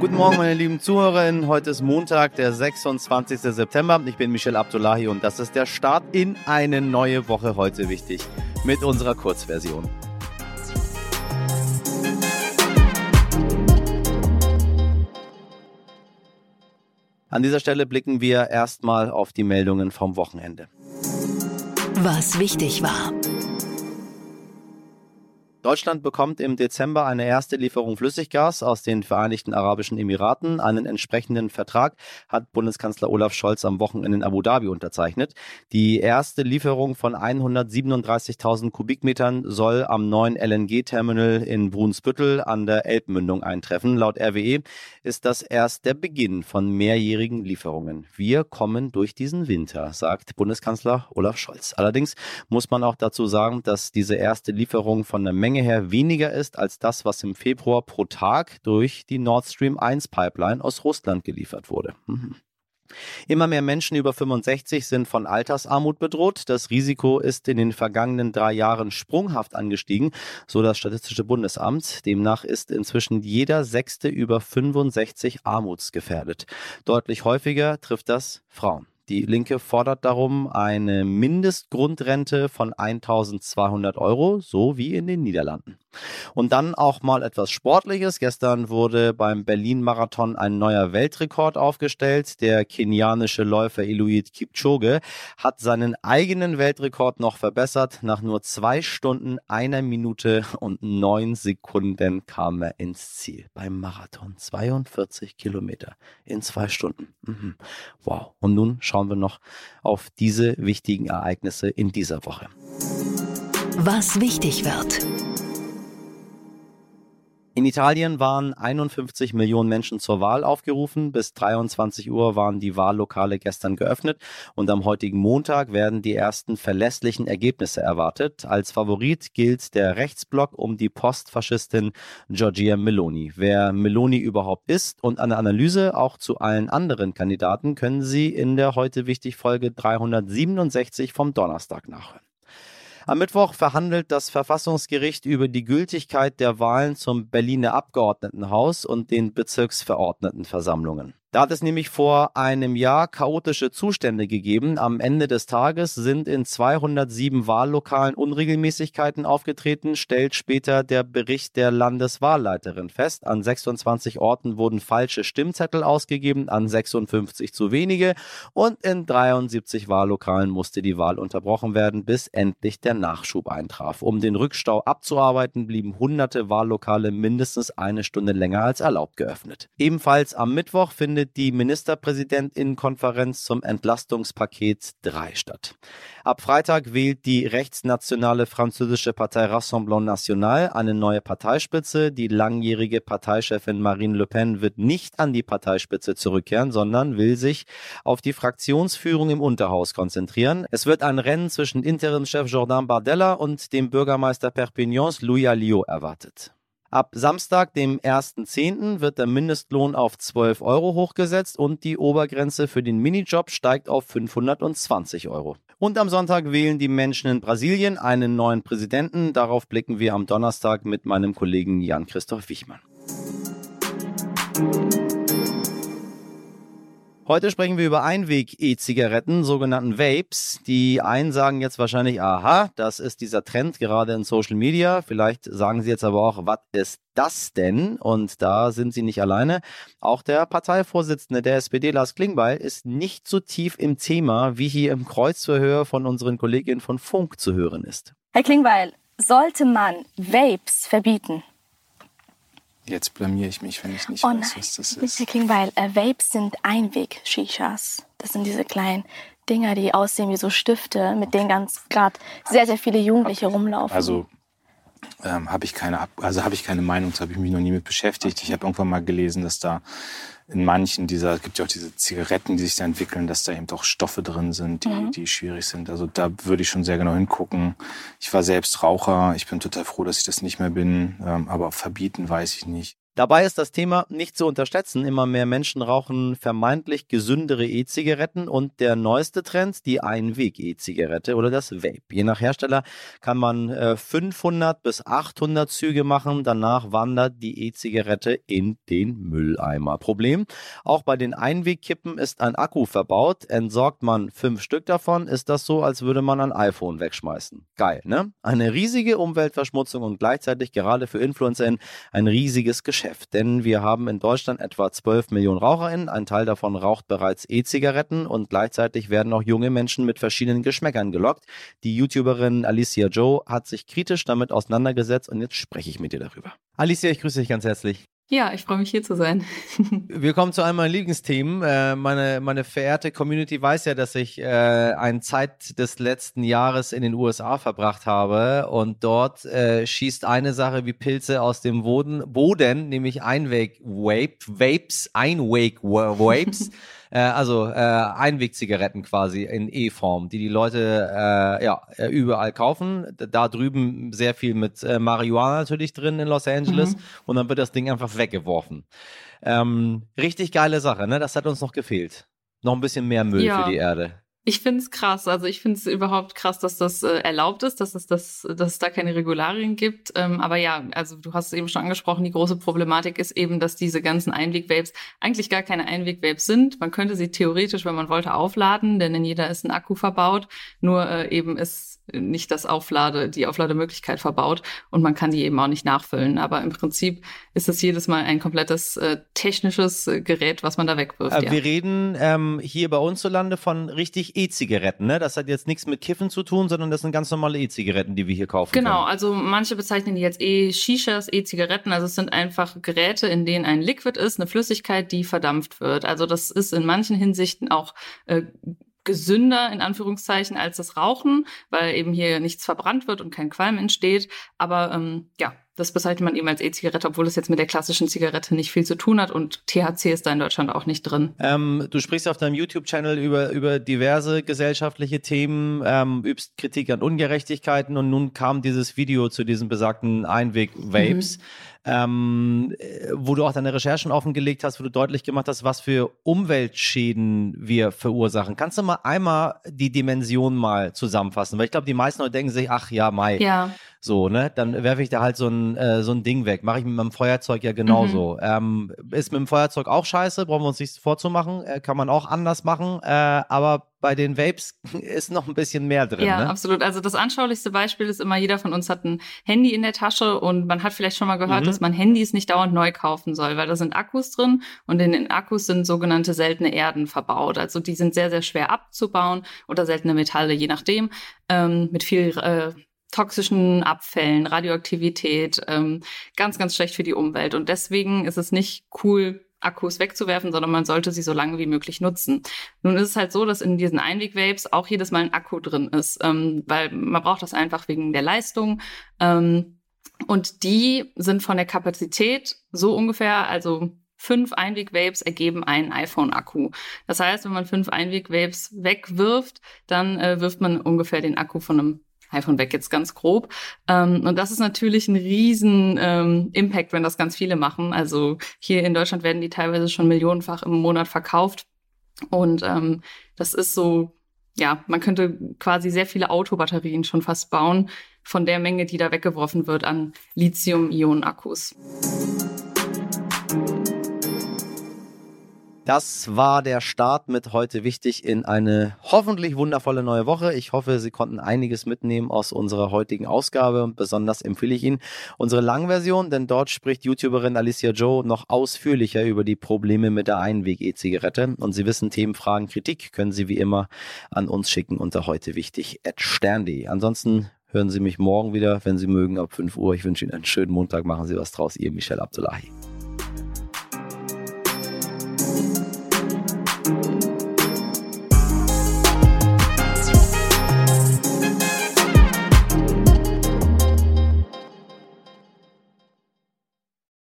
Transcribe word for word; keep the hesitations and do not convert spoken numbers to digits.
Guten Morgen, meine lieben Zuhörerinnen. Heute ist Montag, der sechsundzwanzigster September. Ich bin Michel Abdullahi und das ist der Start in eine neue Woche. Heute wichtig mit unserer Kurzversion. An dieser Stelle blicken wir erstmal auf die Meldungen vom Wochenende. Was wichtig war. Deutschland bekommt im Dezember eine erste Lieferung Flüssiggas aus den Vereinigten Arabischen Emiraten. Einen entsprechenden Vertrag hat Bundeskanzler Olaf Scholz am Wochenende in Abu Dhabi unterzeichnet. Die erste Lieferung von hundertsiebenunddreißigtausend Kubikmetern soll am neuen L N G-Terminal in Brunsbüttel an der Elbmündung eintreffen. Laut R W E ist das erst der Beginn von mehrjährigen Lieferungen. Wir kommen durch diesen Winter, sagt Bundeskanzler Olaf Scholz. Allerdings muss man auch dazu sagen, dass diese erste Lieferung von der Menge her weniger ist als das, was im Februar pro Tag durch die Nord Stream eins Pipeline aus Russland geliefert wurde. Mhm. Immer mehr Menschen über fünfundsechzig sind von Altersarmut bedroht. Das Risiko ist in den vergangenen drei Jahren sprunghaft angestiegen, so das Statistische Bundesamt. Demnach ist inzwischen jeder Sechste über fünfundsechzig armutsgefährdet. Deutlich häufiger trifft das Frauen. Die Linke fordert darum eine Mindestgrundrente von eintausendzweihundert Euro, so wie in den Niederlanden. Und dann auch mal etwas Sportliches. Gestern wurde beim Berlin-Marathon ein neuer Weltrekord aufgestellt. Der kenianische Läufer Eliud Kipchoge hat seinen eigenen Weltrekord noch verbessert. Nach nur zwei Stunden, einer Minute und neun Sekunden kam er ins Ziel. Beim Marathon zweiundvierzig Kilometer in zwei Stunden. Mhm. Wow. Und nun schauen wir noch auf diese wichtigen Ereignisse in dieser Woche. Was wichtig wird. In Italien waren einundfünfzig Millionen Menschen zur Wahl aufgerufen. Bis dreiundzwanzig Uhr waren die Wahllokale gestern geöffnet und am heutigen Montag werden die ersten verlässlichen Ergebnisse erwartet. Als Favorit gilt der Rechtsblock um die Postfaschistin Giorgia Meloni. Wer Meloni überhaupt ist und eine Analyse auch zu allen anderen Kandidaten können Sie in der heute wichtig Folge dreihundertsiebenundsechzig vom Donnerstag nachhören. Am Mittwoch verhandelt das Verfassungsgericht über die Gültigkeit der Wahlen zum Berliner Abgeordnetenhaus und den Bezirksverordnetenversammlungen. Da hat es nämlich vor einem Jahr chaotische Zustände gegeben. Am Ende des Tages sind in zweihundertsieben Wahllokalen Unregelmäßigkeiten aufgetreten, stellt später der Bericht der Landeswahlleiterin fest. An sechsundzwanzig Orten wurden falsche Stimmzettel ausgegeben, an sechsundfünfzig zu wenige und in dreiundsiebzig Wahllokalen musste die Wahl unterbrochen werden, bis endlich der Nachschub eintraf. Um den Rückstau abzuarbeiten, blieben hunderte Wahllokale mindestens eine Stunde länger als erlaubt geöffnet. Ebenfalls am Mittwoch findet die Ministerpräsidentinnenkonferenz zum Entlastungspaket drei statt. Ab Freitag wählt die rechtsnationale französische Partei Rassemblement National eine neue Parteispitze. Die langjährige Parteichefin Marine Le Pen wird nicht an die Parteispitze zurückkehren, sondern will sich auf die Fraktionsführung im Unterhaus konzentrieren. Es wird ein Rennen zwischen Interimschef Jordan Bardella und dem Bürgermeister Perpignans Louis Alliot erwartet. Ab Samstag, dem ersten zehnten wird der Mindestlohn auf zwölf Euro hochgesetzt und die Obergrenze für den Minijob steigt auf fünfhundertzwanzig Euro. Und am Sonntag wählen die Menschen in Brasilien einen neuen Präsidenten. Darauf blicken wir am Donnerstag mit meinem Kollegen Jan-Christoph Wichmann. Heute sprechen wir über Einweg-E-Zigaretten, sogenannten Vapes. Die einen sagen jetzt wahrscheinlich, aha, das ist dieser Trend gerade in Social Media. Vielleicht sagen sie jetzt aber auch, was ist das denn? Und da sind sie nicht alleine. Auch der Parteivorsitzende der S P D, Lars Klingbeil, ist nicht so tief im Thema, wie hier im Kreuzverhör von unseren Kolleginnen von Funk zu hören ist. Herr Klingbeil, sollte man Vapes verbieten? Jetzt blamier ich mich, wenn ich nicht oh weiß, nein. was das ist. Herr Klingbeil, äh, Vapes sind Einweg-Shishas. Das sind diese kleinen Dinger, die aussehen wie so Stifte, mit denen ganz gerade sehr, sehr viele Jugendliche okay. rumlaufen. Also ähm, habe ich keine, Ab- also habe ich keine Meinung, da habe ich mich noch nie mit beschäftigt. Okay. Ich habe irgendwann mal gelesen, dass da in manchen dieser, es gibt ja auch diese Zigaretten, die sich da entwickeln, dass da eben doch Stoffe drin sind, die, mhm. die schwierig sind. Also da würde ich schon sehr genau hingucken. Ich war selbst Raucher, ich bin total froh, dass ich das nicht mehr bin, ähm, aber verbieten weiß ich nicht. Dabei ist das Thema nicht zu unterschätzen. Immer mehr Menschen rauchen vermeintlich gesündere E-Zigaretten und der neueste Trend, die Einweg-E-Zigarette oder das Vape. Je nach Hersteller kann man äh, fünfhundert bis achthundert Züge machen. Danach wandert die E-Zigarette in den Mülleimer. Problem, auch bei den Einwegkippen ist ein Akku verbaut. Entsorgt man fünf Stück davon, ist das so, als würde man ein iPhone wegschmeißen. Geil, ne? Eine riesige Umweltverschmutzung und gleichzeitig gerade für InfluencerInnen ein riesiges Geschäft. Denn wir haben in Deutschland etwa zwölf Millionen RaucherInnen, ein Teil davon raucht bereits E-Zigaretten und gleichzeitig werden auch junge Menschen mit verschiedenen Geschmäckern gelockt. Die YouTuberin Alicia Joe hat sich kritisch damit auseinandergesetzt und jetzt spreche ich mit dir darüber. Alicia, ich grüße dich ganz herzlich. Ja, ich freue mich, hier zu sein. Wir kommen zu einem meiner Lieblingsthemen. Äh, meine, meine verehrte Community weiß ja, dass ich äh, eine Zeit des letzten Jahres in den U S A verbracht habe und dort äh, schießt eine Sache wie Pilze aus dem Boden, Boden nämlich Einweg-Vapes, Einweg-Vapes. Also äh, Einwegzigaretten quasi in E-Form, die die Leute äh, ja überall kaufen. Da drüben sehr viel mit äh, Marihuana natürlich drin in Los Angeles mhm. und dann wird das Ding einfach weggeworfen. Ähm, richtig geile Sache, ne? Das hat uns noch gefehlt. Noch ein bisschen mehr Müll ja. für die Erde. Ich finde es krass, also ich finde es überhaupt krass, dass das äh, erlaubt ist, dass es, das, dass es da keine Regularien gibt. Ähm, aber ja, also du hast es eben schon angesprochen, die große Problematik ist eben, dass diese ganzen Einweg-Vapes eigentlich gar keine Einweg-Vapes sind. Man könnte sie theoretisch, wenn man wollte, aufladen, denn in jeder ist ein Akku verbaut. Nur äh, eben ist nicht das Auflade, die Auflademöglichkeit verbaut und man kann die eben auch nicht nachfüllen. Aber im Prinzip ist es jedes Mal ein komplettes äh, technisches äh, Gerät, was man da wegwirft. Äh, ja. Wir reden ähm, hier bei uns zu Lande von richtig E-Zigaretten, ne? Das hat jetzt nichts mit Kiffen zu tun, sondern das sind ganz normale E-Zigaretten, die wir hier kaufen Genau, können. Also manche bezeichnen die jetzt E-Shishas, E-Zigaretten. Also es sind einfach Geräte, in denen ein Liquid ist, eine Flüssigkeit, die verdampft wird. Also das ist in manchen Hinsichten auch äh, gesünder, in Anführungszeichen, als das Rauchen, weil eben hier nichts verbrannt wird und kein Qualm entsteht. Aber ähm, ja, das bezeichnet man eben als E-Zigarette, obwohl es jetzt mit der klassischen Zigarette nicht viel zu tun hat und T H C ist da in Deutschland auch nicht drin. Ähm, du sprichst auf deinem YouTube-Channel über, über diverse gesellschaftliche Themen, ähm, übst Kritik an Ungerechtigkeiten und nun kam dieses Video zu diesen besagten Einweg-Vapes. Mhm. Ähm, wo du auch deine Recherchen offengelegt hast, wo du deutlich gemacht hast, was für Umweltschäden wir verursachen. Kannst du mal einmal die Dimension mal zusammenfassen? Weil ich glaube, die meisten Leute denken sich, ach ja, Mai, ja. so, ne, dann werfe ich da halt so ein, äh, so ein Ding weg. Mache ich mit meinem Feuerzeug ja genauso. Mhm. Ähm, ist mit dem Feuerzeug auch scheiße, brauchen wir uns nichts vorzumachen, äh, kann man auch anders machen, äh, aber bei den Vapes ist noch ein bisschen mehr drin. Ja, ne? Absolut. Also das anschaulichste Beispiel ist immer, jeder von uns hat ein Handy in der Tasche und man hat vielleicht schon mal gehört, mhm. dass man Handys nicht dauernd neu kaufen soll, weil da sind Akkus drin und in den Akkus sind sogenannte seltene Erden verbaut. Also die sind sehr, sehr schwer abzubauen oder seltene Metalle, je nachdem, ähm, mit viel äh, toxischen Abfällen, Radioaktivität, ähm, ganz, ganz schlecht für die Umwelt. Und deswegen ist es nicht cool, Akkus wegzuwerfen, sondern man sollte sie so lange wie möglich nutzen. Nun ist es halt so, dass in diesen Einweg-Vapes auch jedes Mal ein Akku drin ist, ähm, weil man braucht das einfach wegen der Leistung. Ähm, und die sind von der Kapazität so ungefähr, also fünf Einweg-Vapes ergeben einen iPhone-Akku. Das heißt, wenn man fünf Einweg-Vapes wegwirft, dann äh, wirft man ungefähr den Akku von einem iPhone weg, jetzt ganz grob. Ähm, und das ist natürlich ein riesen ähm, Impact, wenn das ganz viele machen. Also hier in Deutschland werden die teilweise schon millionenfach im Monat verkauft. Und ähm, das ist so, ja, man könnte quasi sehr viele Autobatterien schon fast bauen von der Menge, die da weggeworfen wird an Lithium-Ionen-Akkus. Das war der Start mit heute wichtig in eine hoffentlich wundervolle neue Woche. Ich hoffe, Sie konnten einiges mitnehmen aus unserer heutigen Ausgabe und besonders empfehle ich Ihnen unsere Langversion, denn dort spricht YouTuberin Alicia Joe noch ausführlicher über die Probleme mit der Einweg-E-Zigarette. Und Sie wissen, Themen, Fragen, Kritik können Sie wie immer an uns schicken unter heute wichtig at stern punkt de. Ansonsten hören Sie mich morgen wieder, wenn Sie mögen, ab fünf Uhr. Ich wünsche Ihnen einen schönen Montag. Machen Sie was draus. Ihr Michel Abdullahi.